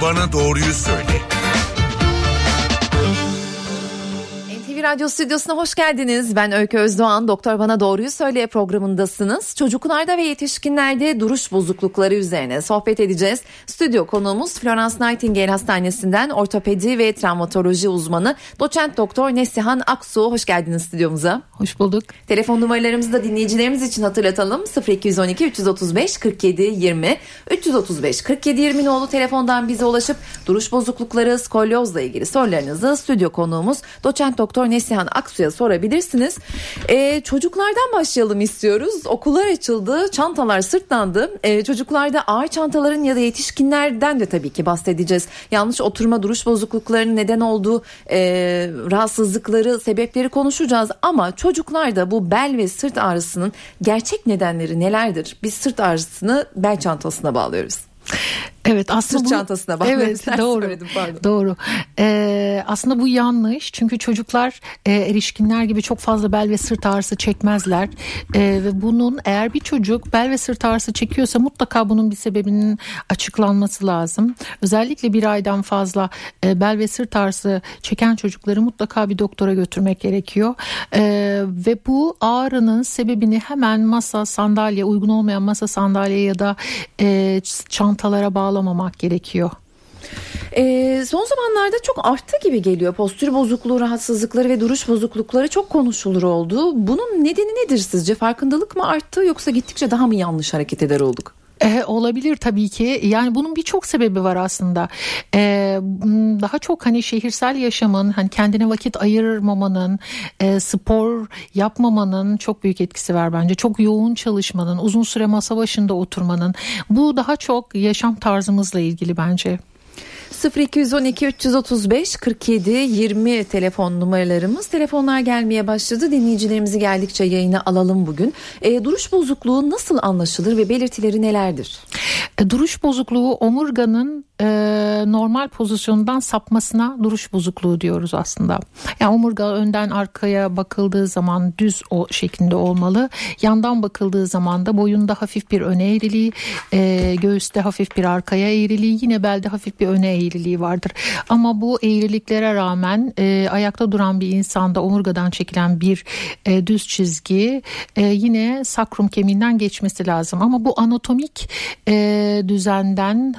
Bana Doğruyu Söyle. NTV Radyo Stüdyosu'na hoş geldiniz. Ben Öykü Özdoğan. Doktor Bana Doğruyu Söyle programındasınız. Çocuklarda ve yetişkinlerde duruş bozuklukları üzerine sohbet edeceğiz. Stüdyo konuğumuz Florence Nightingale Hastanesi'nden ortopedi ve travmatoloji uzmanı Doçent Doktor Neslihan Aksu. Hoş geldiniz stüdyomuza. Hoş bulduk. Telefon numaralarımızı da dinleyicilerimiz için hatırlatalım. 0212 335 47 20 335 47 20 nolu telefondan bize ulaşıp duruş bozuklukları, skolyozla ilgili sorularınızı stüdyo konuğumuz Doçent Doktor Neslihan Aksu'ya sorabilirsiniz. Çocuklardan başlayalım istiyoruz. Okullar açıldı, çantalar sırtlandı. Çocuklarda ağır çantaların ya da yetişkinlerden de tabii ki bahsedeceğiz. Yanlış oturma, duruş bozukluklarının neden olduğu rahatsızlıkları, sebepleri konuşacağız. Ama çocuklarda bu bel ve sırt ağrısının gerçek nedenleri nelerdir? Biz sırt ağrısını bel çantasına bağlıyoruz. Evet, aslında sırt çantasına bağlıyoruz. Evet, doğru. Aslında bu yanlış, çünkü çocuklar erişkinler gibi çok fazla bel ve sırt ağrısı çekmezler ve bunun, eğer bir çocuk bel ve sırt ağrısı çekiyorsa mutlaka bunun bir sebebinin açıklanması lazım. Özellikle bir aydan fazla bel ve sırt ağrısı çeken çocukları mutlaka bir doktora götürmek gerekiyor ve bu ağrının sebebini hemen masa, sandalye, uygun olmayan masa, sandalye ya da çantalara bağlamamak gerekiyor. Son zamanlarda çok arttı gibi geliyor. Postür bozukluğu, rahatsızlıkları ve duruş bozuklukları çok konuşulur oldu. Bunun nedeni nedir sizce? Farkındalık mı arttı, yoksa gittikçe daha mı yanlış hareket eder olduk? Olabilir tabii ki. Yani bunun birçok sebebi var aslında. Daha çok şehirsel yaşamın, kendine vakit ayırmamanın, spor yapmamanın çok büyük etkisi var bence. Çok yoğun çalışmanın, uzun süre masa başında oturmanın, bu daha çok yaşam tarzımızla ilgili bence. 0212 335 47 20 telefon numaralarımız. Telefonlar gelmeye başladı. Dinleyicilerimizi geldikçe yayına alalım bugün. Duruş bozukluğu nasıl anlaşılır ve belirtileri nelerdir? Duruş bozukluğu, omurganın normal pozisyondan sapmasına duruş bozukluğu diyoruz aslında. Yani omurga önden arkaya bakıldığı zaman düz o şeklinde olmalı. Yandan bakıldığı zaman da boyunda hafif bir öne eğriliği, göğüste hafif bir arkaya eğriliği, yine belde hafif bir öne eğriliği vardır. Ama bu eğriliklere rağmen ayakta duran bir insanda omurgadan çekilen bir düz çizgi yine sakrum kemiğinden geçmesi lazım. Ama bu anatomik düzenden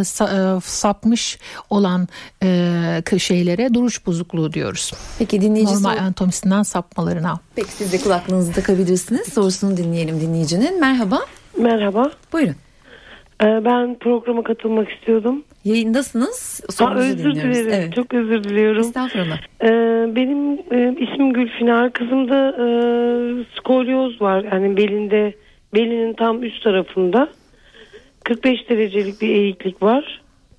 sapmış olan şeylere duruş bozukluğu diyoruz. Peki dinleyici normal anatomisinden sapmalarına. Peki siz de kulaklığınızı takabilirsiniz. Sorusunu dinleyelim dinleyicinin. Merhaba. Merhaba. Buyurun. Ben programa katılmak istiyordum. Yayındasınız. Sorunuzu dinliyoruz. Dilerim. Evet. Çok özür diliyorum. Estağfurullah. Benim ismim Gülfinar. Kızımda skolyoz var. Yani belinin tam üst tarafında 45 derecelik bir eğiklik var.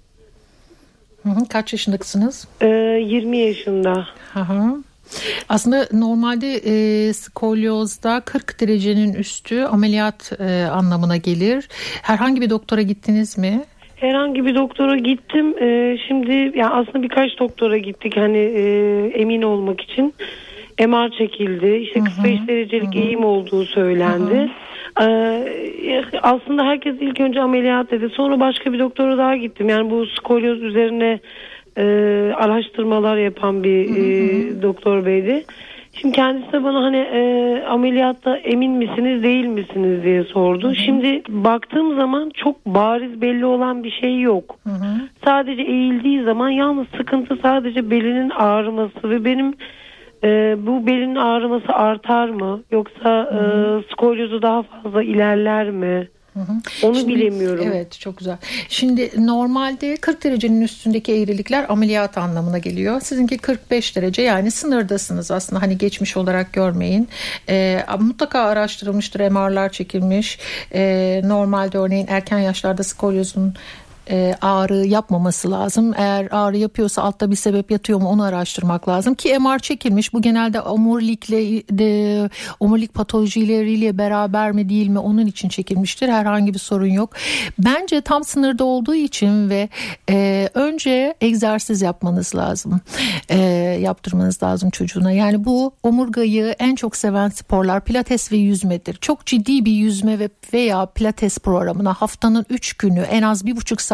Kaç yaşındasınız? 20 yaşında. Aslında normalde skolyozda 40 derecenin üstü ameliyat anlamına gelir. Herhangi bir doktora gittiniz mi? Herhangi bir doktora gittim. Şimdi aslında birkaç doktora gittik emin olmak için. MR çekildi. İşte 45 derecelik eğim olduğu söylendi. Aslında herkes ilk önce ameliyat dedi. Sonra başka bir doktora daha gittim. Yani bu skolyoz üzerine araştırmalar yapan bir doktor beydi. Şimdi kendisi de bana ameliyatta emin misiniz değil misiniz diye sordu. Şimdi baktığım zaman çok bariz belli olan bir şey yok. Sadece eğildiği zaman yalnız sıkıntı sadece belinin ağrıması ve benim bu belinin ağrıması artar mı? Yoksa skolyozu daha fazla ilerler mi? Onu bilemiyorum. Evet, çok güzel. Şimdi normalde 40 derecenin üstündeki eğrilikler ameliyat anlamına geliyor. Sizinki 45 derece, yani sınırdasınız aslında, geçmiş olarak görmeyin. Mutlaka araştırılmıştır, MR'lar çekilmiş. Normalde örneğin erken yaşlarda skolyozun ağrı yapmaması lazım. Eğer ağrı yapıyorsa altta bir sebep yatıyor mu, onu araştırmak lazım ki MR çekilmiş. Bu genelde omurilik patolojileriyle beraber mi değil mi, onun için çekilmiştir. Herhangi bir sorun yok. Bence tam sınırda olduğu için ve önce egzersiz yapmanız lazım. Yaptırmanız lazım çocuğuna. Yani bu omurgayı en çok seven sporlar pilates ve yüzmedir. Çok ciddi bir yüzme veya pilates programına haftanın 3 günü en az 1,5 saat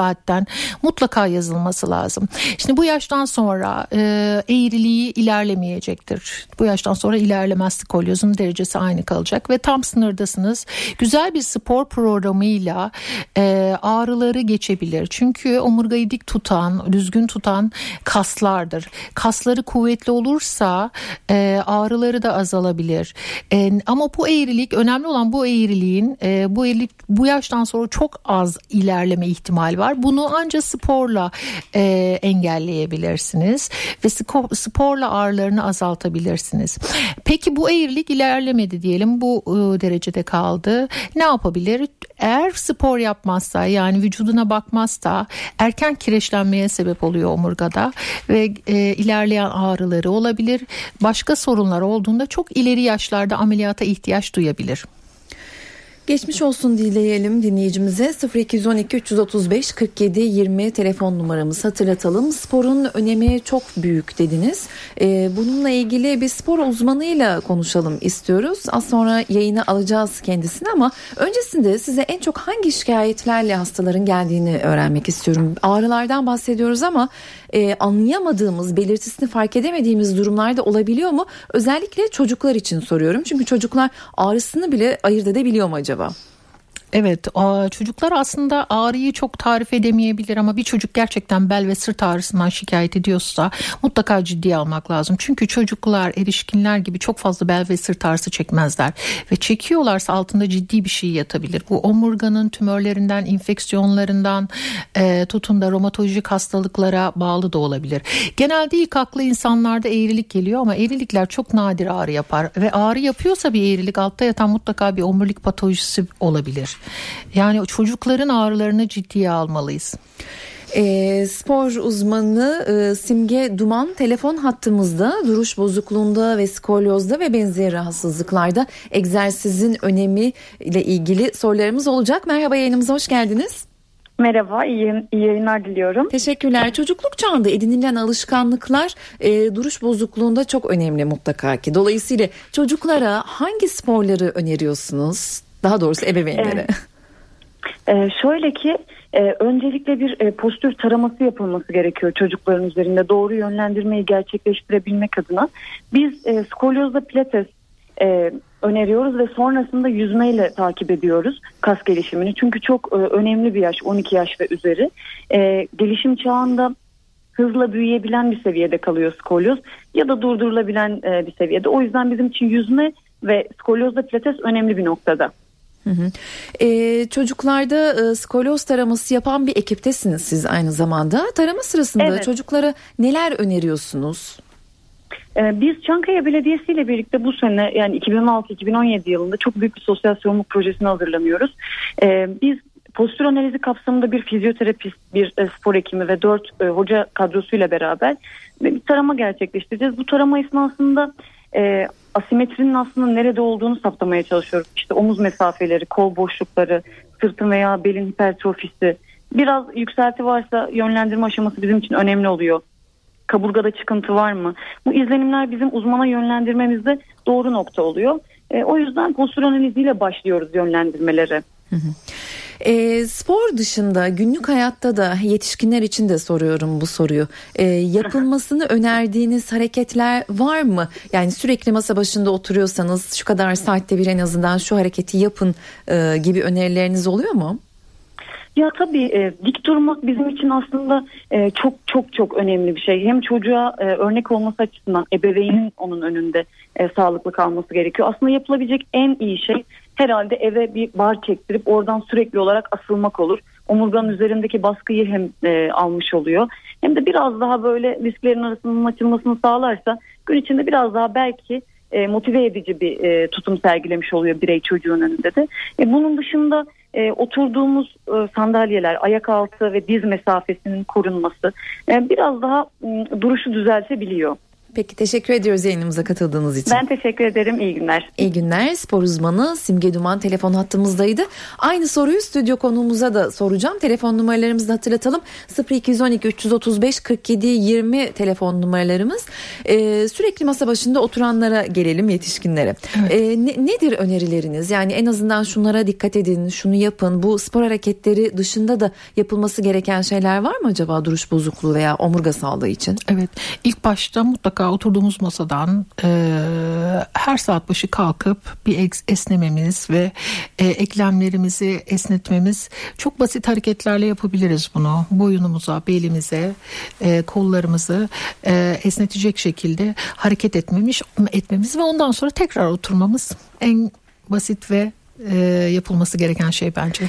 saatten mutlaka yazılması lazım. Şimdi bu yaştan sonra eğriliği ilerlemeyecektir. Bu yaştan sonra ilerlemez, skolyozun derecesi aynı kalacak ve tam sınırdasınız. Güzel bir spor programıyla ağrıları geçebilir. Çünkü omurgayı dik tutan, düzgün tutan kaslardır. Kasları kuvvetli olursa ağrıları da azalabilir. Ama bu eğrilik, önemli olan bu eğriliğin bu yaştan sonra çok az ilerleme ihtimali var. Bunu ancak sporla engelleyebilirsiniz ve sporla ağrılarını azaltabilirsiniz. Peki bu eğrilik ilerlemedi diyelim, bu derecede kaldı. Ne yapabilir? Eğer spor yapmazsa, yani vücuduna bakmazsa erken kireçlenmeye sebep oluyor omurgada ve ilerleyen ağrıları olabilir. Başka sorunlar olduğunda çok ileri yaşlarda ameliyata ihtiyaç duyabilir. Geçmiş olsun dileyelim dinleyicimize. 0212 335 47 20 telefon numaramız, hatırlatalım. Sporun önemi çok büyük dediniz. Bununla ilgili bir spor uzmanıyla konuşalım istiyoruz. Az sonra yayına alacağız kendisini ama öncesinde size en çok hangi şikayetlerle hastaların geldiğini öğrenmek istiyorum. Ağrılardan bahsediyoruz ama anlayamadığımız, belirtisini fark edemediğimiz durumlarda olabiliyor mu? Özellikle çocuklar için soruyorum. Çünkü çocuklar ağrısını bile ayırt edebiliyor mu acaba? Evet, çocuklar aslında ağrıyı çok tarif edemeyebilir ama bir çocuk gerçekten bel ve sırt ağrısından şikayet ediyorsa mutlaka ciddiye almak lazım. Çünkü çocuklar erişkinler gibi çok fazla bel ve sırt ağrısı çekmezler ve çekiyorlarsa altında ciddi bir şey yatabilir. Bu omurganın tümörlerinden, infeksiyonlarından tutun da romatolojik hastalıklara bağlı da olabilir. Genelde ilk akla insanlarda eğrilik geliyor ama eğrilikler çok nadir ağrı yapar ve ağrı yapıyorsa bir eğrilik, altta yatan mutlaka bir omurilik patolojisi olabilir. Yani çocukların ağrılarını ciddiye almalıyız. Spor uzmanı Simge Duman telefon hattımızda. Duruş bozukluğunda ve skolyozda ve benzeri rahatsızlıklarda egzersizin önemi ile ilgili sorularımız olacak. Merhaba, yayınımıza hoş geldiniz. Merhaba, iyi yayınlar diliyorum. Teşekkürler. Çocukluk çağında edinilen alışkanlıklar duruş bozukluğunda çok önemli mutlaka ki. Dolayısıyla çocuklara hangi sporları öneriyorsunuz? Daha doğrusu ebeveynlere. Şöyle ki öncelikle bir postür taraması yapılması gerekiyor çocukların üzerinde. Doğru yönlendirmeyi gerçekleştirebilmek adına. Biz skolyozda pilates öneriyoruz ve sonrasında yüzmeyle takip ediyoruz kas gelişimini. Çünkü çok önemli bir yaş, 12 yaş ve üzeri. Gelişim çağında hızla büyüyebilen bir seviyede kalıyor skolyoz ya da durdurulabilen bir seviyede. O yüzden bizim için yüzme ve skolyozda pilates önemli bir noktada. Çocuklarda skolyoz taraması yapan bir ekiptesiniz siz aynı zamanda. Tarama sırasında evet, çocuklara neler öneriyorsunuz? Biz Çankaya Belediyesi ile birlikte bu sene, yani 2016-2017 yılında çok büyük bir sosyal sorumluluk projesine hazırlanıyoruz. Biz postür analizi kapsamında bir fizyoterapist, bir spor hekimi ve 4 hoca kadrosuyla beraber bir tarama gerçekleştireceğiz. Bu tarama esnasında asimetrinin aslında nerede olduğunu saptamaya çalışıyoruz. İşte omuz mesafeleri, kol boşlukları, sırtın veya belin hipertrofisi. Biraz yükselti varsa yönlendirme aşaması bizim için önemli oluyor. Kaburgada çıkıntı var mı? Bu izlenimler bizim uzmana yönlendirmemizde doğru nokta oluyor. O yüzden postür analiziyle başlıyoruz yönlendirmelere. Spor dışında günlük hayatta da yetişkinler için de soruyorum bu soruyu. Yapılmasını önerdiğiniz hareketler var mı? Yani sürekli masa başında oturuyorsanız şu kadar saatte bir en azından şu hareketi yapın gibi önerileriniz oluyor mu? Ya tabii dik durmak bizim için aslında çok önemli bir şey. Hem çocuğa örnek olması açısından ebeveynin onun önünde sağlıklı kalması gerekiyor. Aslında yapılabilecek en iyi şey herhalde eve bir bar çektirip oradan sürekli olarak asılmak olur. Omurganın üzerindeki baskıyı hem almış oluyor. Hem de biraz daha böyle disklerin arasının açılmasını sağlarsa gün içinde biraz daha belki motive edici bir tutum sergilemiş oluyor birey çocuğun önünde de. Bunun dışında oturduğumuz sandalyeler, ayak altı ve diz mesafesinin korunması biraz daha duruşu düzeltebiliyor. Peki, teşekkür ediyoruz yayınımıza katıldığınız için. Ben teşekkür ederim. İyi günler. İyi günler. Spor uzmanı Simge Duman telefon hattımızdaydı. Aynı soruyu stüdyo konuğumuza da soracağım. Telefon numaralarımızı da hatırlatalım. 0212 335 47 20 telefon numaralarımız. Sürekli masa başında oturanlara gelelim, yetişkinlere. Evet. Nedir önerileriniz? Yani en azından şunlara dikkat edin, şunu yapın. Bu spor hareketleri dışında da yapılması gereken şeyler var mı acaba duruş bozukluğu veya omurga sağlığı için? Evet. İlk başta mutlaka oturduğumuz masadan her saat başı kalkıp bir esnememiz ve eklemlerimizi esnetmemiz, çok basit hareketlerle yapabiliriz bunu. Boyunumuza, belimize, kollarımızı esnetecek şekilde hareket etmemiz ve ondan sonra tekrar oturmamız en basit ve yapılması gereken şey bence.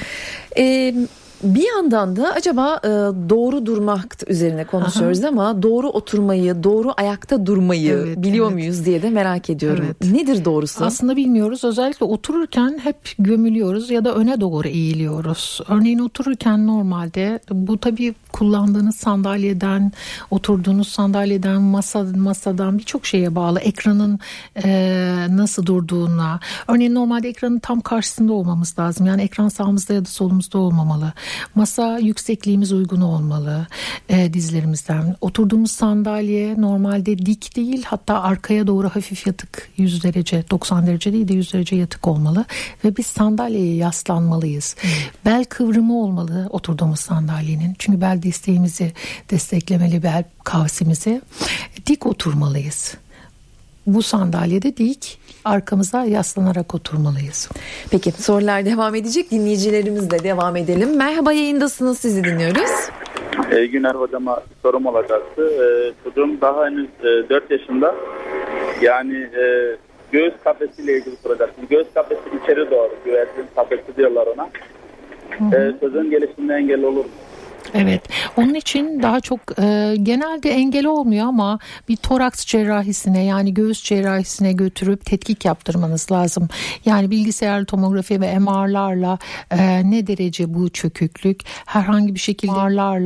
Bir yandan da acaba doğru durmak üzerine konuşuyoruz ama doğru oturmayı, doğru ayakta durmayı biliyor muyuz diye de merak ediyorum. Evet. Nedir doğrusu? Aslında bilmiyoruz. Özellikle otururken hep gömülüyoruz ya da öne doğru eğiliyoruz. Örneğin otururken normalde, bu tabii kullandığınız sandalyeden, oturduğunuz sandalyeden, masadan birçok şeye bağlı. Ekranın nasıl durduğuna. Örneğin normalde ekranın tam karşısında olmamız lazım. Yani ekran sağımızda ya da solumuzda olmamalı. Masa yüksekliğimiz uygun olmalı dizlerimizden. Oturduğumuz sandalye normalde dik değil, hatta arkaya doğru hafif yatık, 100 derece, 90 derece değil de 100 derece yatık olmalı. Ve biz sandalyeye yaslanmalıyız. Bel kıvrımı olmalı oturduğumuz sandalyenin. Çünkü bel desteğimizi desteklemeli, bel kavsimizi. Dik oturmalıyız. Bu sandalyede dik, arkamıza yaslanarak oturmalıyız. Peki, sorular devam edecek. Dinleyicilerimizle devam edelim. Merhaba, yayındasınız, sizi dinliyoruz. İyi günler, hocama sorum olacaktı. Çocuğum daha henüz 4 yaşında. Yani göğüs kafesiyle ilgili soracaktım. Göğüs kafesi içeri doğru. Göğüs kafesi diyorlar ona. Çocuğun gelişimine engel olur mu? Evet, onun için daha çok genelde engel olmuyor ama bir toraks cerrahisine, yani göğüs cerrahisine götürüp tetkik yaptırmanız lazım. Yani bilgisayar tomografi ve MR'larla ne derece bu çöküklük, herhangi bir şekilde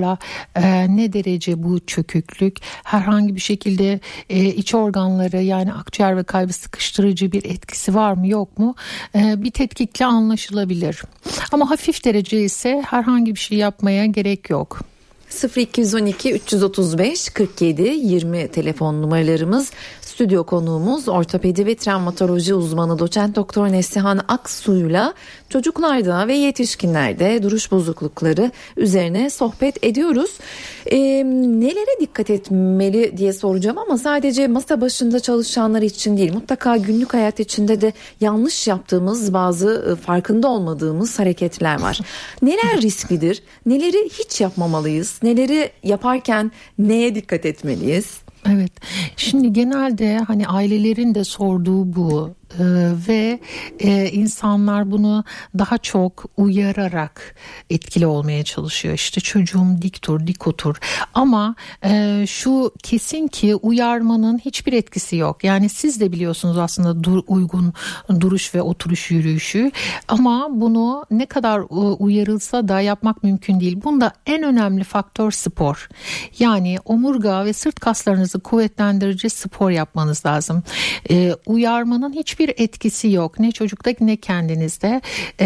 herhangi bir şekilde iç organları, yani akciğer ve kalbi sıkıştırıcı bir etkisi var mı yok mu bir tetkikle anlaşılabilir. Ama hafif derece ise herhangi bir şey yapmaya gerek yok. 0212 335 47 20 telefon numaralarımız. Stüdyo konuğumuz ortopedi ve travmatoloji uzmanı doçent doktor Neslihan Aksu'yla çocuklarda ve yetişkinlerde duruş bozuklukları üzerine sohbet ediyoruz. Nelere dikkat etmeli diye soracağım ama sadece masa başında çalışanlar için değil, mutlaka günlük hayat içinde de yanlış yaptığımız, bazı farkında olmadığımız hareketler var. Neler risklidir? Neleri hiç yapmamalıyız? Neleri yaparken neye dikkat etmeliyiz? Evet. Şimdi genelde hani ailelerin de sorduğu bu ve insanlar bunu daha çok uyararak etkili olmaya çalışıyor. İşte çocuğum dik dur, dik otur. Ama şu kesin ki uyarmanın hiçbir etkisi yok. Yani siz de biliyorsunuz aslında uygun duruş ve oturuş yürüyüşü. Ama bunu ne kadar uyarılsa da yapmak mümkün değil. Bunda en önemli faktör spor. Yani omurga ve sırt kaslarınızı kuvvetlendirici spor yapmanız lazım. Uyarmanın hiçbir etkisi yok. Ne çocukta ne kendinizde.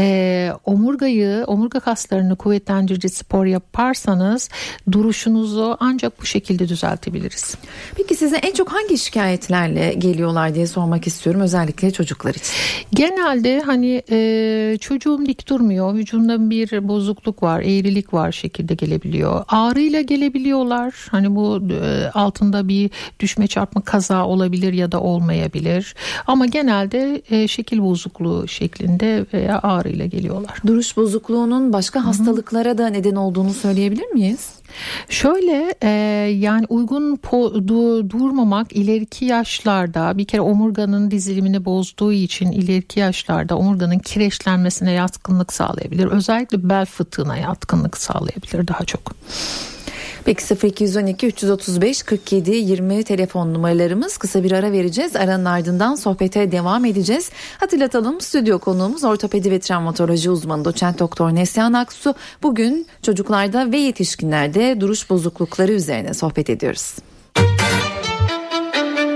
Omurga kaslarını kuvvetlendirici spor yaparsanız duruşunuzu ancak bu şekilde düzeltebiliriz. Peki size en çok hangi şikayetlerle geliyorlar diye sormak istiyorum, özellikle çocuklar için. Genelde hani çocuğum dik durmuyor, vücudunda bir bozukluk var, eğrilik var şekilde gelebiliyor. Ağrıyla gelebiliyorlar. Hani bu altında bir düşme çarpma kaza olabilir ya da olmayabilir. Ama genelde şekil bozukluğu şeklinde veya ağrıyla geliyorlar. Duruş bozukluğunun başka hastalıklara da neden olduğunu söyleyebilir miyiz? Şöyle yani uygun durmamak ileriki yaşlarda bir kere omurganın dizilimini bozduğu için ileriki yaşlarda omurganın kireçlenmesine yatkınlık sağlayabilir. Özellikle bel fıtığına yatkınlık sağlayabilir daha çok. Peki 0212 335 47 20 telefon numaralarımız. Kısa bir ara vereceğiz. Aranın ardından sohbete devam edeceğiz. Hatırlatalım, stüdyo konuğumuz ortopedi ve travmatoloji uzmanı doçent doktor Neslihan Aksu. Bugün çocuklarda ve yetişkinlerde duruş bozuklukları üzerine sohbet ediyoruz.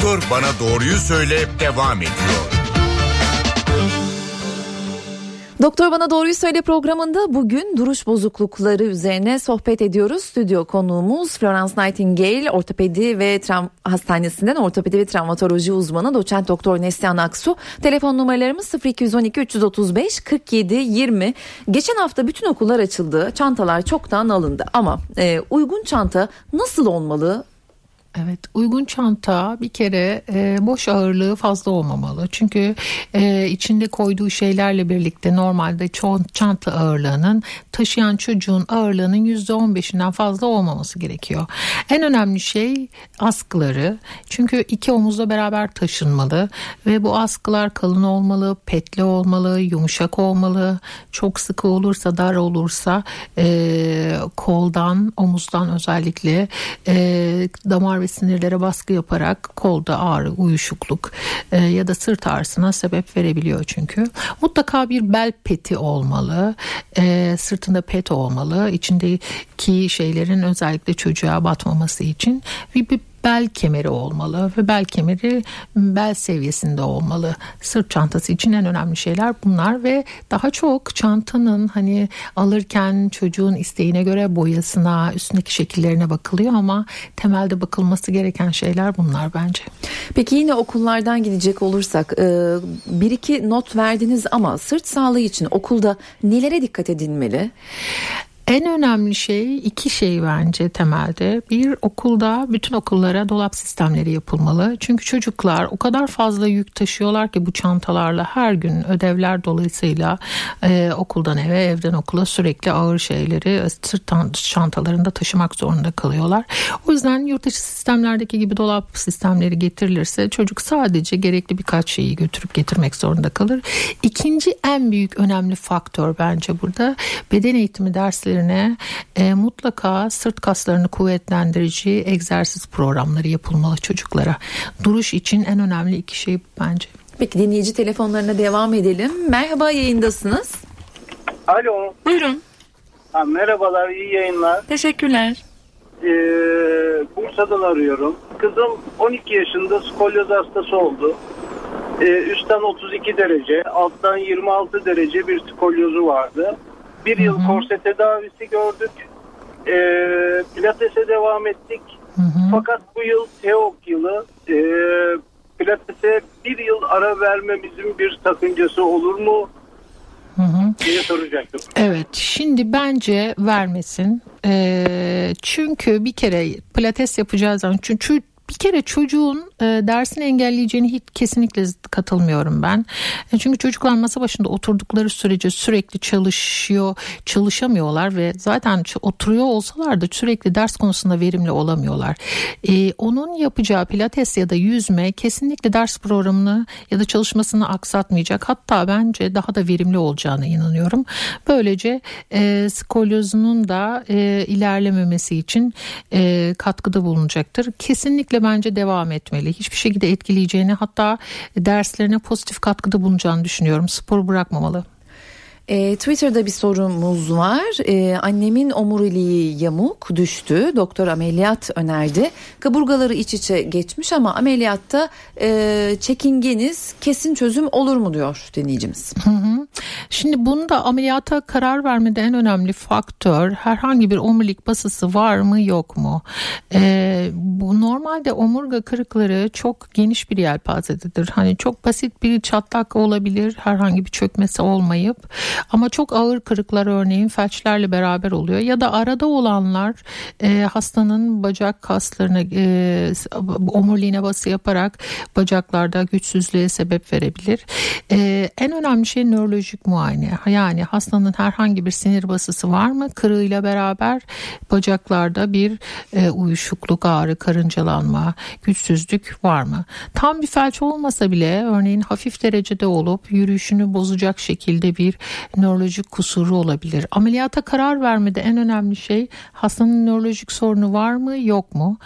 Doktor Bana Doğruyu Söyle devam ediyor. Doktor Bana Doğruyu Söyle programında bugün duruş bozuklukları üzerine sohbet ediyoruz. Stüdyo konuğumuz Florence Nightingale Ortopedi ve Hastanesi'nden ortopedi ve travmatoloji uzmanı doçent doktor Neslihan Aksu. Telefon numaralarımız 0212 335 47 20. Geçen hafta bütün okullar açıldı. Çantalar çoktan alındı ama uygun çanta nasıl olmalı? Evet, uygun çanta bir kere boş ağırlığı fazla olmamalı. Çünkü içinde koyduğu şeylerle birlikte normalde çanta ağırlığının taşıyan çocuğun ağırlığının %15'inden fazla olmaması gerekiyor. En önemli şey askıları. Çünkü iki omuzla beraber taşınmalı ve bu askılar kalın olmalı, petli olmalı, yumuşak olmalı. Çok sıkı olursa, dar olursa koldan, omuzdan özellikle damar ve sinirlere baskı yaparak kolda ağrı, uyuşukluk ya da sırt ağrısına sebep verebiliyor çünkü. Mutlaka bir bel peti olmalı. Sırtında pet olmalı. İçindeki şeylerin özellikle çocuğa batmaması için bir bel kemeri olmalı ve bel kemeri bel seviyesinde olmalı. Sırt çantası için en önemli şeyler bunlar ve daha çok çantanın hani alırken çocuğun isteğine göre boyasına, üstündeki şekillerine bakılıyor ama temelde bakılması gereken şeyler bunlar bence. Peki yine okullardan gidecek olursak bir iki not verdiniz ama sırt sağlığı için okulda nelere dikkat edilmeli? En önemli şey iki şey bence temelde. Bir, okulda bütün okullara dolap sistemleri yapılmalı. Çünkü çocuklar o kadar fazla yük taşıyorlar ki bu çantalarla her gün ödevler dolayısıyla okuldan eve, evden okula sürekli ağır şeyleri sırt çantalarında taşımak zorunda kalıyorlar. O yüzden yurt dışı sistemlerdeki gibi dolap sistemleri getirilirse çocuk sadece gerekli birkaç şeyi götürüp getirmek zorunda kalır. İkinci en büyük önemli faktör bence burada beden eğitimi dersleri mutlaka sırt kaslarını kuvvetlendirici egzersiz programları yapılmalı çocuklara. Duruş için en önemli iki şey bence. Peki dinleyici telefonlarına devam edelim. Merhaba, yayındasınız. Alo. Buyurun. Merhabalar, iyi yayınlar. Teşekkürler. Bursa'dan arıyorum. Kızım 12 yaşında skolyoz hastası oldu. Üstten 32 derece, alttan 26 derece bir skolyozu vardı. Bir yıl korse tedavisi gördük. Pilatese devam ettik. Fakat bu yıl TEOG yılı. Pilatese bir yıl ara vermemizin bir sakıncası olur mu? diye soracaktım. Evet, şimdi bence vermesin. Çünkü bir kere pilates yapacağı zaman bir kere çocuğun dersini engelleyeceğini hiç kesinlikle katılmıyorum ben. Çünkü çocuklar masa başında oturdukları sürece sürekli çalışamıyorlar ve zaten oturuyor olsalar da sürekli ders konusunda verimli olamıyorlar. Onun yapacağı pilates ya da yüzme kesinlikle ders programını ya da çalışmasını aksatmayacak. Hatta bence daha da verimli olacağına inanıyorum. Böylece skolyozunun da ilerlememesi için katkıda bulunacaktır. Kesinlikle bence devam etmeli. Hiçbir şekilde etkileyeceğini, hatta derslerine pozitif katkıda bulunacağını düşünüyorum. Sporu bırakmamalı. Twitter'da bir sorumuz var. Annemin omuriliği yamuk düştü. Doktor ameliyat önerdi. Kaburgaları iç içe geçmiş ama ameliyatta çekingeniz, kesin çözüm olur mu diyor dinleyicimiz. Şimdi bunda ameliyata karar vermede en önemli faktör herhangi bir omurilik basısı var mı yok mu? Bu normalde omurga kırıkları çok geniş bir yelpazededir. Hani çok basit bir çatlak olabilir, herhangi bir çökmesi olmayıp, ama çok ağır kırıklar örneğin felçlerle beraber oluyor ya da arada olanlar hastanın bacak kaslarına omuriliğine bası yaparak bacaklarda güçsüzlüğe sebep verebilir. En önemli şey nörolojik muayene. Yani hastanın herhangi bir sinir basısı var mı? Kırığıyla beraber bacaklarda bir uyuşukluk, ağrı, karıncalanma, güçsüzlük var mı? Tam bir felç olmasa bile örneğin hafif derecede olup yürüyüşünü bozacak şekilde bir nörolojik kusuru olabilir. Ameliyata karar vermede en önemli şey hastanın nörolojik sorunu var mı yok mu?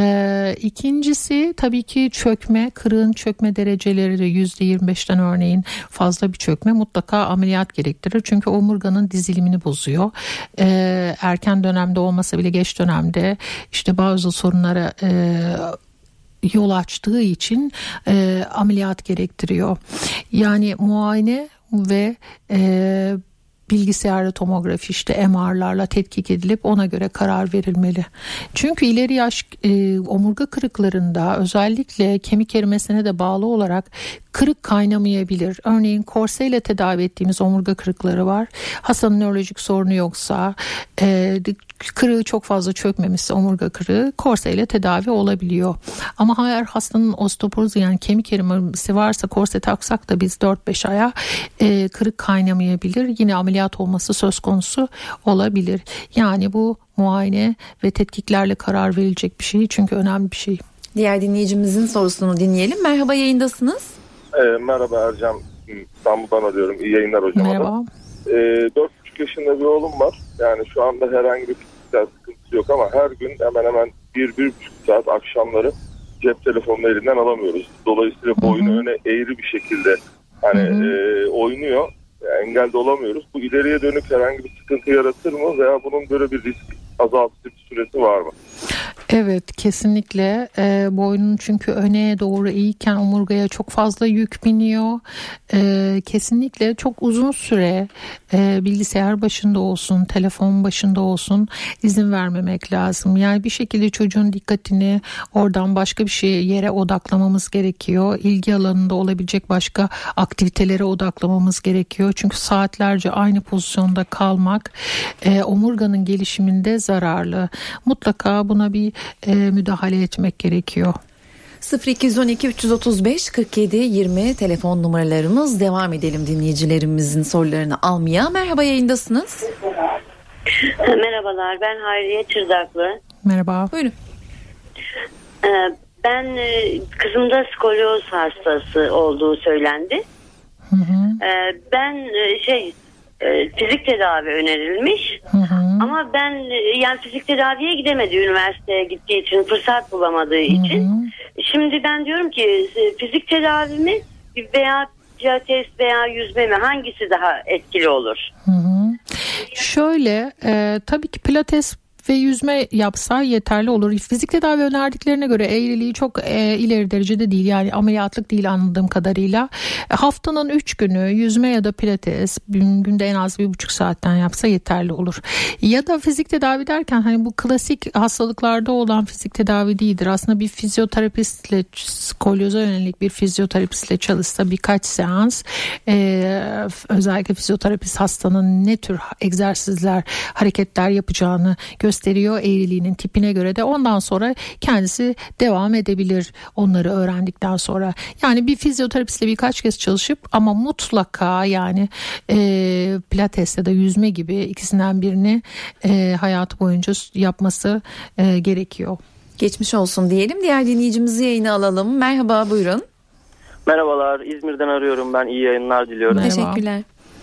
İkincisi tabii ki çökme, kırığın çökme dereceleri de %25'ten örneğin fazla bir çökme mutlaka ameliyat gerektirir. Çünkü omurganın dizilimini bozuyor. Erken dönemde olmasa bile geç dönemde işte bazı sorunlara yol açtığı için ameliyat gerektiriyor. Yani muayene ve bilgisayarlı tomografi, işte MR'larla tetkik edilip ona göre karar verilmeli. Çünkü ileri yaş omurga kırıklarında özellikle kemik erimesine de bağlı olarak kırık kaynamayabilir. Örneğin korseyle tedavi ettiğimiz omurga kırıkları var. Hastanın nörolojik sorunu yoksa, kırığı çok fazla çökmemişse omurga kırığı korseyle tedavi olabiliyor. Ama eğer hastanın osteoporozu yani kemik erimesi varsa korse taksak da biz 4-5 aya kırık kaynamayabilir. Yine ameliyat olması söz konusu olabilir. Yani bu muayene ve tetkiklerle karar verilecek bir şey, çünkü önemli bir şey. Diğer dinleyicimizin sorusunu dinleyelim. Merhaba, yayındasınız. Merhaba Ercan, İstanbul'dan arıyorum. İyi yayınlar hocam. Merhaba. 4,5 yaşında bir oğlum var. Yani şu anda herhangi bir fiziksel sıkıntısı yok ama her gün hemen hemen 1-1,5 saat akşamları cep telefonunu elinden alamıyoruz. Dolayısıyla boynu öne eğri bir şekilde oynuyor. Engelde olamıyoruz. Bu ileriye dönük herhangi bir sıkıntı yaratır mı veya bunun böyle bir risk azaltıcı bir süresi var mı? Evet, kesinlikle boynun çünkü öne doğru eğikken omurgaya çok fazla yük biniyor. Kesinlikle çok uzun süre bilgisayar başında olsun, telefon başında olsun izin vermemek lazım. Yani bir şekilde çocuğun dikkatini oradan başka bir yere odaklamamız gerekiyor. İlgi alanında olabilecek başka aktivitelere odaklamamız gerekiyor. Çünkü saatlerce aynı pozisyonda kalmak omurganın gelişiminde zararlı. Mutlaka buna bir müdahale etmek gerekiyor. 0212 335 47 20 telefon numaralarımız. Devam edelim dinleyicilerimizin sorularını almaya. Merhaba, yayındasınız. Merhabalar, ben Hayriye Çırzaklı. Merhaba. Buyurun. Ben kızımda skolyoz hastası olduğu söylendi. Ben fizik tedavi önerilmiş. Ama ben yani fizik tedaviye gidemedi, üniversiteye gittiği için, fırsat bulamadığı için. Şimdi ben diyorum ki fizik tedavi mi veya pilates veya yüzme mi, hangisi daha etkili olur? Şöyle tabii ki pilates ve yüzme yapsa yeterli olur. Fizik tedavi önerdiklerine göre eğriliği çok ileri derecede değil. Yani ameliyatlık değil anladığım kadarıyla. Haftanın 3 günü yüzme ya da pilates günde en az 1,5 saatten yapsa yeterli olur. Ya da fizik tedavi derken hani bu klasik hastalıklarda olan fizik tedavi değildir. Aslında bir fizyoterapistle, skolyoza yönelik bir fizyoterapistle çalışsa birkaç seans, özellikle fizyoterapist hastanın ne tür egzersizler, hareketler yapacağını gösteriyor eğriliğinin tipine göre de, ondan sonra kendisi devam edebilir onları öğrendikten sonra. Yani bir fizyoterapistle birkaç kez çalışıp ama mutlaka yani pilates ya da yüzme gibi ikisinden birini hayatı boyunca yapması gerekiyor. Geçmiş olsun diyelim. Diğer dinleyicimizi yayına alalım. Merhaba, buyurun. Merhabalar, İzmir'den arıyorum ben. İyi yayınlar diliyorum. Merhaba. Teşekkürler.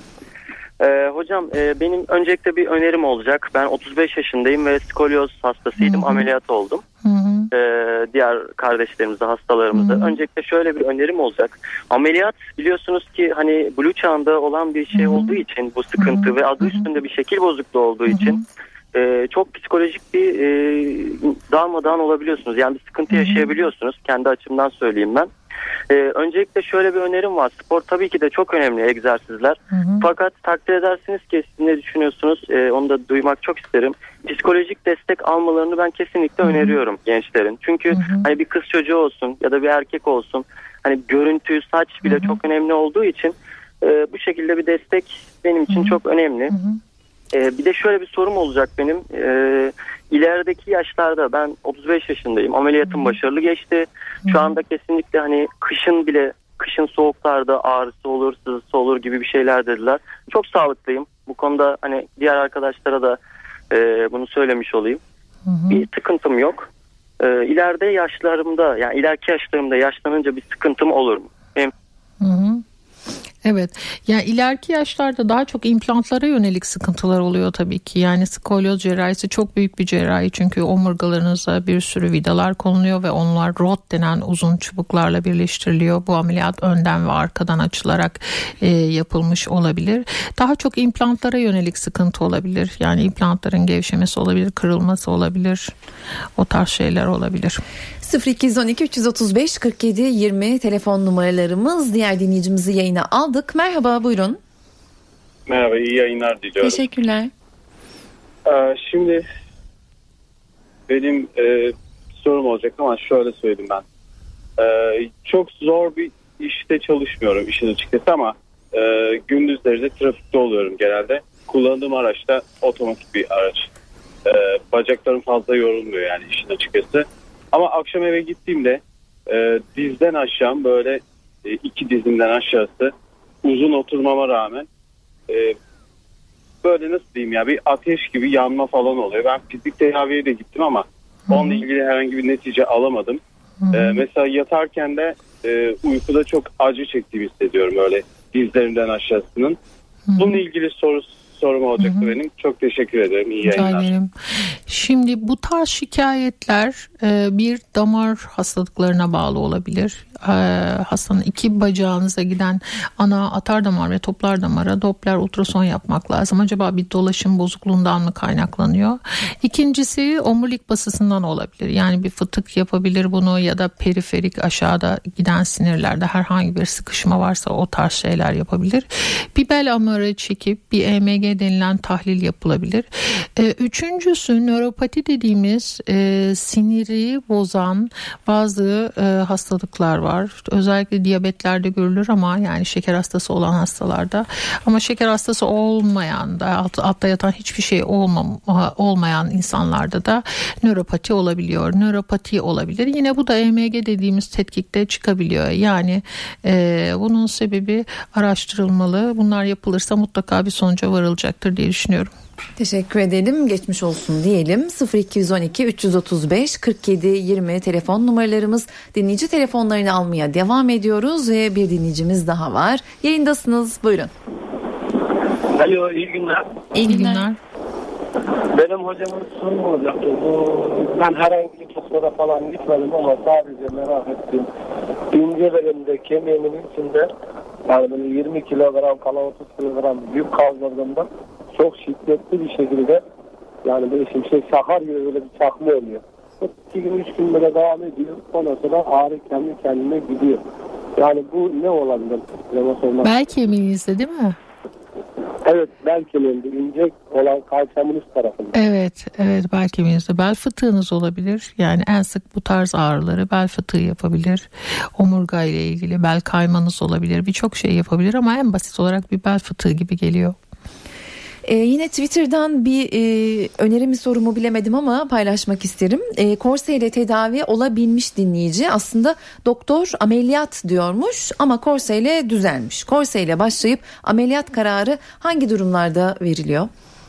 Hocam benim öncelikle bir önerim olacak. Ben 35 yaşındayım ve skolyoz hastasıydım. Ameliyat oldum. Diğer kardeşlerimize, hastalarımıza. Öncelikle şöyle bir önerim olacak. Ameliyat biliyorsunuz ki hani Blue çağında olan bir şey olduğu için bu sıkıntı ve adı üstünde bir şekil bozukluğu olduğu için çok psikolojik bir darmadağın olabiliyorsunuz. Yani bir sıkıntı yaşayabiliyorsunuz. Kendi açımdan söyleyeyim ben. Öncelikle şöyle bir önerim var. Spor tabii ki de çok önemli, egzersizler. Fakat takdir edersiniz ki siz ne düşünüyorsunuz? Onu da duymak çok isterim. Psikolojik destek almalarını ben kesinlikle öneriyorum gençlerin. Çünkü hani bir kız çocuğu olsun ya da bir erkek olsun, hani görüntü, saç bile çok önemli olduğu için bu şekilde bir destek benim için çok önemli. Bir de şöyle bir sorum olacak benim. İlerideki yaşlarda, ben 35 yaşındayım. Ameliyatım başarılı geçti. Şu anda kesinlikle hani kışın soğuklarda ağrısı olur, sızısı olur gibi bir şeyler dediler. Çok sağlıklıyım. Bu konuda hani diğer arkadaşlara da bunu söylemiş olayım. Bir sıkıntım yok. İleride yaşlarımda, yani ileriki yaşlarımda yaşlanınca bir sıkıntım olur mu? Evet. Yani ileriki yaşlarda daha çok implantlara yönelik sıkıntılar oluyor tabii ki. Yani skolyoz cerrahisi çok büyük bir cerrahi. Çünkü omurgalarınıza bir sürü vidalar konuluyor ve onlar rod denen uzun çubuklarla birleştiriliyor. Bu ameliyat önden ve arkadan açılarak yapılmış olabilir. Daha çok implantlara yönelik sıkıntı olabilir. Yani implantların gevşemesi olabilir, kırılması olabilir. O tarz şeyler olabilir. 0212 335 47 20 telefon numaralarımız. Diğer dinleyicimizi yayına aldık. Merhaba, buyurun. Merhaba, iyi yayınlar diliyorum. Teşekkürler. Şimdi benim sorum olacak ama şöyle söyleyeyim ben. Çok zor bir işte çalışmıyorum işin açıkçası ama gündüzleri de trafikte oluyorum genelde. Kullandığım araç da otomatik bir araç. Bacaklarım fazla yorulmuyor yani işin açıkçası. Ama akşam eve gittiğimde dizden aşağı böyle iki dizimden aşağısı uzun oturmama rağmen böyle nasıl diyeyim ya, bir ateş gibi yanma falan oluyor. Ben fizik tedaviye de gittim ama onunla ilgili herhangi bir netice alamadım. Mesela yatarken de uykuda çok acı çektiğimi hissediyorum öyle dizlerimden aşağısının. Bununla ilgili sorum olacaktı benim. Çok teşekkür ederim. İyi yayınlar. Şimdi bu tarz şikayetler bir damar hastalıklarına bağlı olabilir. Hastanın iki bacağınıza giden ana atardamar ve toplar damara Doppler ultrason yapmak lazım. Acaba bir dolaşım bozukluğundan mı kaynaklanıyor? İkincisi omurilik basısından olabilir. Yani bir fıtık yapabilir bunu ya da periferik aşağıda giden sinirlerde herhangi bir sıkışma varsa o tarz şeyler yapabilir. Bir bel amarı çekip bir EMG denilen tahlil yapılabilir. Üçüncüsü nöropati dediğimiz siniri bozan bazı hastalıklar var. Özellikle diyabetlerde görülür ama yani şeker hastası olan hastalarda, ama şeker hastası olmayan da altta yatan hiçbir şey olmayan insanlarda da nöropati olabiliyor. Nöropati olabilir. Yine bu da EMG dediğimiz tetkikte çıkabiliyor. Yani bunun sebebi araştırılmalı. Bunlar yapılırsa mutlaka bir sonuca varılacaktır diye düşünüyorum. Teşekkür edelim. Geçmiş olsun diyelim. 0212 335 47 20 telefon numaralarımız. Dinleyici telefonlarını almaya devam ediyoruz ve bir dinleyicimiz daha var. Yayındasınız. Buyurun. Alo, iyi günler. İyi günler. Benim hocamın sorum olacaktı. Ben herhangi bir doktora falan gitmedim ama sadece merak ettim. İnce belimde kemiğimin içinde yani 20 kilogram falan 30 kilogram yük kaldırdığımda çok şiddetli bir şekilde yani böyle şakar gibi böyle bir çakma oluyor. 2 gün 3 gün böyle devam ediyor. Ondan sonra ağrı kendi kendine gidiyor. Yani bu ne olabilir? Bel kemiğinizde değil mi? Evet, bel kemiğinde ince olan kalçamın üst tarafında. Evet bel kemiğinizde. Bel fıtığınız olabilir. Yani en sık bu tarz ağrıları bel fıtığı yapabilir. Omurga ile ilgili bel kaymanız olabilir. Birçok şey yapabilir ama en basit olarak bir bel fıtığı gibi geliyor. Yine Twitter'dan bir önerimi sorumu bilemedim ama paylaşmak isterim. Korseyle tedavi olabilmiş dinleyici aslında doktor ameliyat diyormuş ama korseyle düzelmiş. Korseyle başlayıp ameliyat kararı hangi durumlarda veriliyor?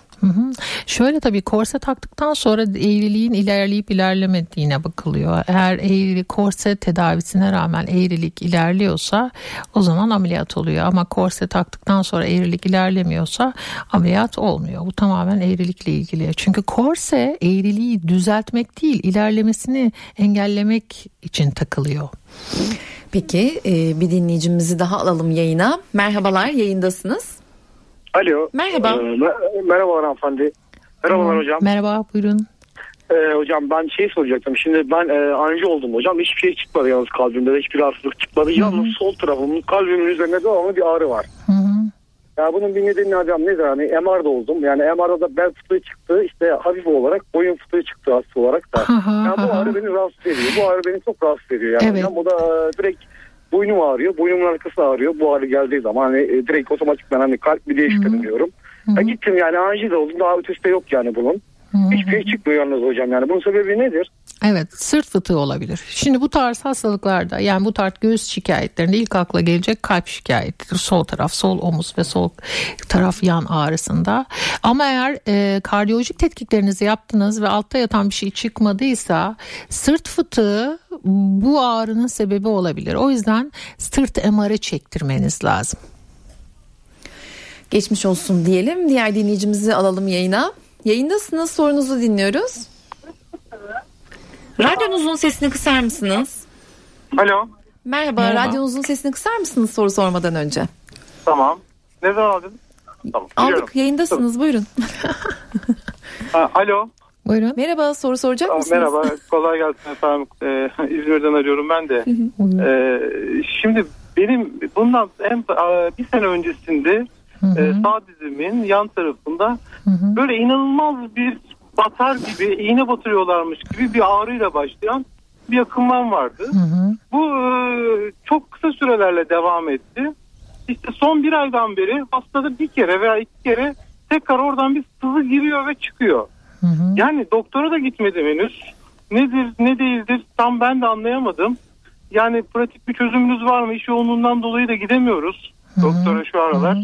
Şöyle tabii korse taktıktan sonra eğriliğin ilerleyip ilerlemediğine bakılıyor. Eğer korse tedavisine rağmen eğrilik ilerliyorsa o zaman ameliyat oluyor. Ama korse taktıktan sonra eğrilik ilerlemiyorsa ameliyat olmuyor. Bu tamamen eğrilikle ilgili. Çünkü korse eğriliği düzeltmek değil, ilerlemesini engellemek için takılıyor. Peki bir dinleyicimizi daha alalım yayına. Merhabalar, yayındasınız. Alo. Merhaba. Merhaba hanımefendi. Merhabalar hocam. Merhaba, buyurun. Hocam ben soracaktım. Şimdi ben anji oldum hocam. Hiçbir şey çıkmadı yalnız kalbimde. Hiçbir rahatsızlık çıkmadı. Yalnız sol tarafımın kalbimin üzerinde devamlı bir ağrı var. Ya bunun bir nedeni hocam nedir? Hani MR'da oldum. Yani MR'da da bel fıtığı çıktı. İşte hafif olarak boyun fıtığı çıktı hasta olarak da. Yani bu ağrı beni rahatsız ediyor. Bu ağrı beni çok rahatsız ediyor. Yani evet. Hocam o da direkt boynum ağrıyor. Boynumun arkası ağrıyor. Bu ağrı geldiği zaman hani direkt otomatikman hani kalp bir değiştiriliyorum. Gittim yani anji de oldum. Daha ötesi de yok yani bunun. Hiçbir şey çıkmıyor yalnız hocam. Yani bunun sebebi nedir? Evet, sırt fıtığı olabilir. Şimdi bu tarz hastalıklarda, yani bu tarz göğüs şikayetlerinde ilk akla gelecek kalp şikayetidir. Sol taraf, sol omuz ve sol taraf yan ağrısında. Ama eğer kardiyolojik tetkiklerinizi yaptınız ve altta yatan bir şey çıkmadıysa sırt fıtığı bu ağrının sebebi olabilir. O yüzden sırt MR'ı çektirmeniz lazım. Geçmiş olsun diyelim. Diğer dinleyicimizi alalım yayına. Yayındasınız, sorunuzu dinliyoruz. Radyonuzun sesini kısar mısınız? Alo. Merhaba. Radyonuzun sesini kısar mısınız soru sormadan önce? Tamam. Ne zaman aldın? Tamam. Aldık, yayındasınız, buyurun. Alo. Buyurun. Merhaba, soru soracak mısınız? Merhaba, kolay gelsin efendim. İzmir'den arıyorum ben de. Şimdi benim bundan bir sene öncesinde sağ dizimin yan tarafında böyle inanılmaz bir batar gibi, iğne batırıyorlarmış gibi bir ağrıyla başlayan bir akınmam vardı. Bu çok kısa sürelerle devam etti. İşte son bir aydan beri hastada bir kere veya iki kere tekrar oradan bir sızı giriyor ve çıkıyor. Yani doktora da gitmedim henüz. Nedir ne değildir tam ben de anlayamadım. Yani pratik bir çözümünüz var mı? İş yoğunluğundan dolayı da gidemiyoruz doktora şu aralar.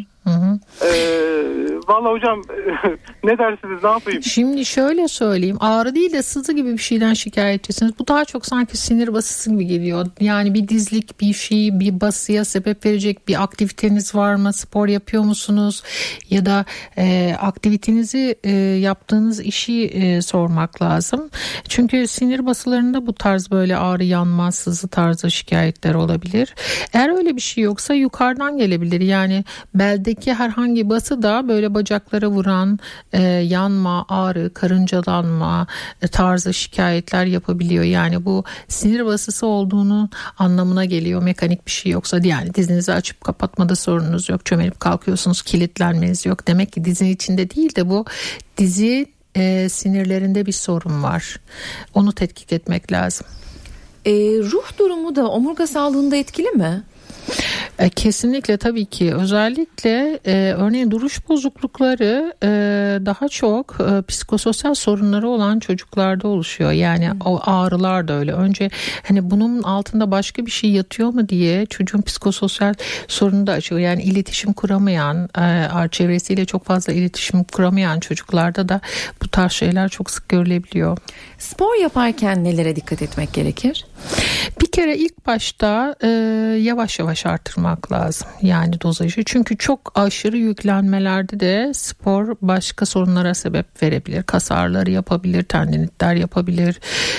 Vallahi hocam ne dersiniz, ne yapayım? Şimdi şöyle söyleyeyim, ağrı değil de sızı gibi bir şeyden şikayetçisiniz. Bu daha çok sanki sinir basısı gibi geliyor. Yani bir dizlik bir şey, bir basıya sebep verecek bir aktiviteniz var mı? Spor yapıyor musunuz? Ya da aktivitenizi yaptığınız işi sormak lazım. Çünkü sinir basılarında bu tarz böyle ağrı, yanma, sızı tarzı şikayetler olabilir. Eğer öyle bir şey yoksa yukarıdan gelebilir. Yani beldeki herhangi bası da böyle bacaklara vuran yanma, ağrı, karıncalanma tarzı şikayetler yapabiliyor. Yani bu sinir basısı olduğunu anlamına geliyor. Mekanik bir şey yoksa, yani dizinizi açıp kapatmada sorununuz yok. Çömelip kalkıyorsunuz, kilitlenmeniz yok. Demek ki dizinin içinde değil de bu dizi sinirlerinde bir sorun var. Onu tetkik etmek lazım. Ruh durumu da omurga sağlığında etkili mi? Kesinlikle, tabii ki. Özellikle örneğin duruş bozuklukları daha çok psikososyal sorunları olan çocuklarda oluşuyor. Yani o ağrılar da öyle. Önce hani bunun altında başka bir şey yatıyor mu diye çocuğun psikososyal sorunu da açıyor. Yani iletişim kuramayan, çevresiyle çok fazla iletişim kuramayan çocuklarda da bu tarz şeyler çok sık görülebiliyor. Spor yaparken nelere dikkat etmek gerekir? Bir kere ilk başta yavaş yavaş artırmak lazım. Yani dozajı. Çünkü çok aşırı yüklenmelerde de spor başka sorunlara sebep verebilir. Kas ağrıları yapabilir, tendinitler yapabilir.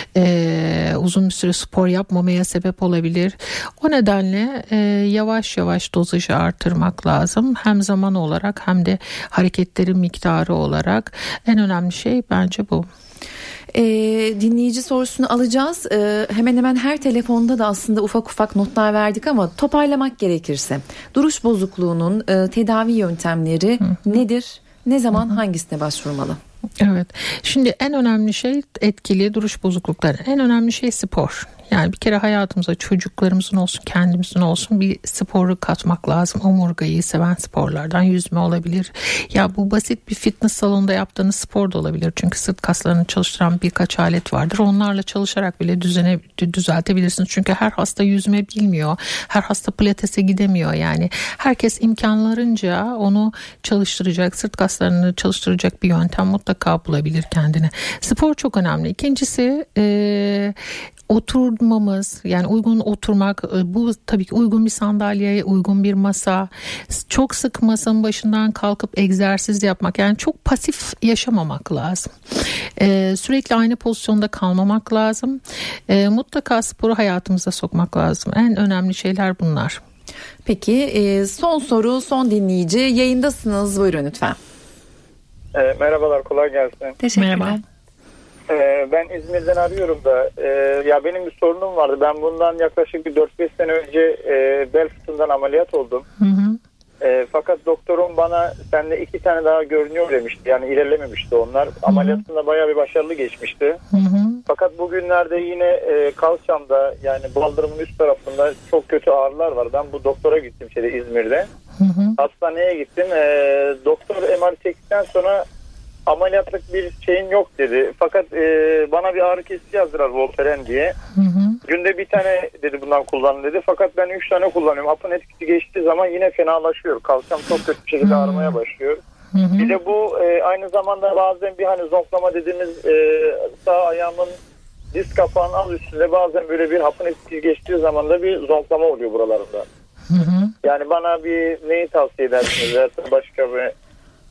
Uzun bir süre spor yapmamaya sebep olabilir. O nedenle yavaş yavaş dozajı artırmak lazım. Hem zaman olarak hem de hareketlerin miktarı olarak. En önemli şey bence bu. Dinleyici sorusunu alacağız. Hemen hemen her telefonda da aslında ufak ufak notlar verdik ama toparlamak gerekirse duruş bozukluğunun tedavi yöntemleri nedir? Ne zaman hangisine başvurmalı? Evet. Şimdi en önemli şey etkili duruş bozuklukları. En önemli şey spor. Yani bir kere hayatımıza çocuklarımızın olsun, kendimizin olsun bir sporu katmak lazım. Omurgayı seven sporlardan yüzme olabilir. Ya bu basit bir fitness salonunda yaptığınız spor da olabilir. Çünkü sırt kaslarını çalıştıran birkaç alet vardır. Onlarla çalışarak bile düzeltebilirsiniz. Çünkü her hasta yüzme bilmiyor. Her hasta pilatese gidemiyor. Yani herkes imkanlarınca onu çalıştıracak, sırt kaslarını çalıştıracak bir yöntem mutlaka bulabilir kendine. Spor çok önemli. İkincisi oturmamız, yani uygun oturmak, bu tabii ki uygun bir sandalyeye, uygun bir masa, çok sık masanın başından kalkıp egzersiz yapmak, yani çok pasif yaşamamak lazım. Sürekli aynı pozisyonda kalmamak lazım. Mutlaka sporu hayatımıza sokmak lazım. En önemli şeyler bunlar. Peki son soru, son dinleyici, yayındasınız, buyurun lütfen. Merhabalar, kolay gelsin. Teşekkürler. Merhaba. Ben İzmir'den arıyorum da ya benim bir sorunum vardı. Ben bundan yaklaşık bir 4-5 sene önce bel fıtığından ameliyat oldum. Fakat doktorum bana sende 2 tane daha görünüyor demişti. Yani ilerlememişti onlar. Ameliyatında bayağı bir başarılı geçmişti. Fakat bugünlerde yine kalçamda, yani baldırımın üst tarafında çok kötü ağrılar var. Ben bu doktora gittim İzmir'de. Hastaneye gittim. Doktor MR çektikten sonra ameliyatlık bir şeyin yok dedi. Fakat bana bir ağrı kesici yazdılar, Voltaren diye. Günde bir tane dedi bundan kullanın dedi. Fakat ben 3 tane kullanıyorum. Hapın etkisi geçtiği zaman yine fenalaşıyor. Kalçam çok kötü bir şekilde ağrımaya başlıyor. Bir de bu aynı zamanda bazen bir hani zonklama dediğimiz sağ ayağımın diz kapağının az üstünde bazen böyle bir hapın etkisi geçtiği zaman da bir zonklama oluyor buralarında. Yani bana bir neyi tavsiye edersiniz? Başka bir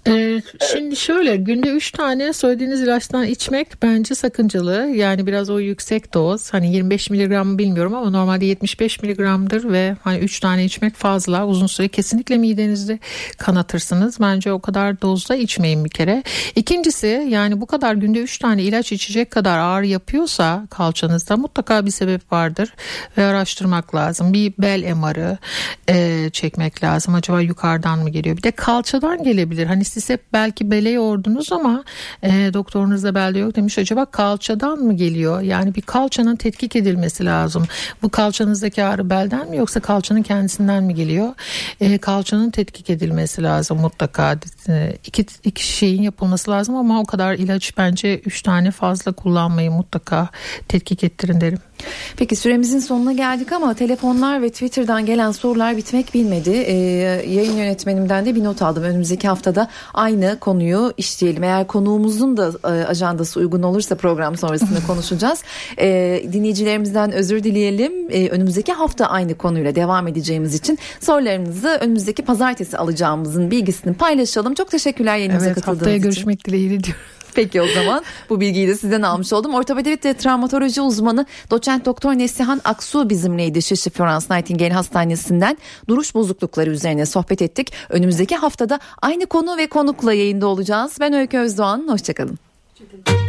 Şimdi şöyle, günde 3 tane söylediğiniz ilaçtan içmek bence sakıncalı. Yani biraz o yüksek doz, hani 25 miligram bilmiyorum ama normalde 75 miligramdır ve hani 3 tane içmek fazla. Uzun süre kesinlikle midenizde kanatırsınız. Bence o kadar dozda içmeyin bir kere. İkincisi, yani bu kadar günde 3 tane ilaç içecek kadar ağrı yapıyorsa kalçanızda mutlaka bir sebep vardır ve araştırmak lazım. Bir bel MR'ı çekmek lazım. Acaba yukarıdan mı geliyor? Bir de kalçadan gelebilir. Hani siz hep belki bele yordunuz ama doktorunuz da belde yok demiş. Acaba kalçadan mı geliyor? Yani bir kalçanın tetkik edilmesi lazım. Bu kalçanızdaki ağrı belden mi yoksa kalçanın kendisinden mi geliyor? Kalçanın tetkik edilmesi lazım mutlaka. İki şeyin yapılması lazım ama o kadar ilaç bence 3 tane fazla kullanmayı mutlaka tetkik ettirin derim. Peki süremizin sonuna geldik ama telefonlar ve Twitter'dan gelen sorular bitmek bilmedi. Yayın yönetmenimden de bir not aldım. Önümüzdeki haftada aynı konuyu işleyelim. Eğer konuğumuzun da ajandası uygun olursa program sonrasında konuşacağız. Dinleyicilerimizden özür dileyelim. Önümüzdeki hafta aynı konuyla devam edeceğimiz için sorularınızı önümüzdeki pazartesi alacağımızın bilgisini paylaşalım. Çok teşekkürler yayınımıza katıldığınız için. Haftaya görüşmek dileğiyle diyorum. Peki o zaman bu bilgiyi de sizden almış oldum. Ortopedi ve travmatoloji uzmanı doçent doktor Neslihan Aksu bizimleydi. Şişli Florence Nightingale Hastanesi'nden duruş bozuklukları üzerine sohbet ettik. Önümüzdeki haftada aynı konu ve konukla yayında olacağız. Ben Öykü Özdoğan. Hoşçakalın.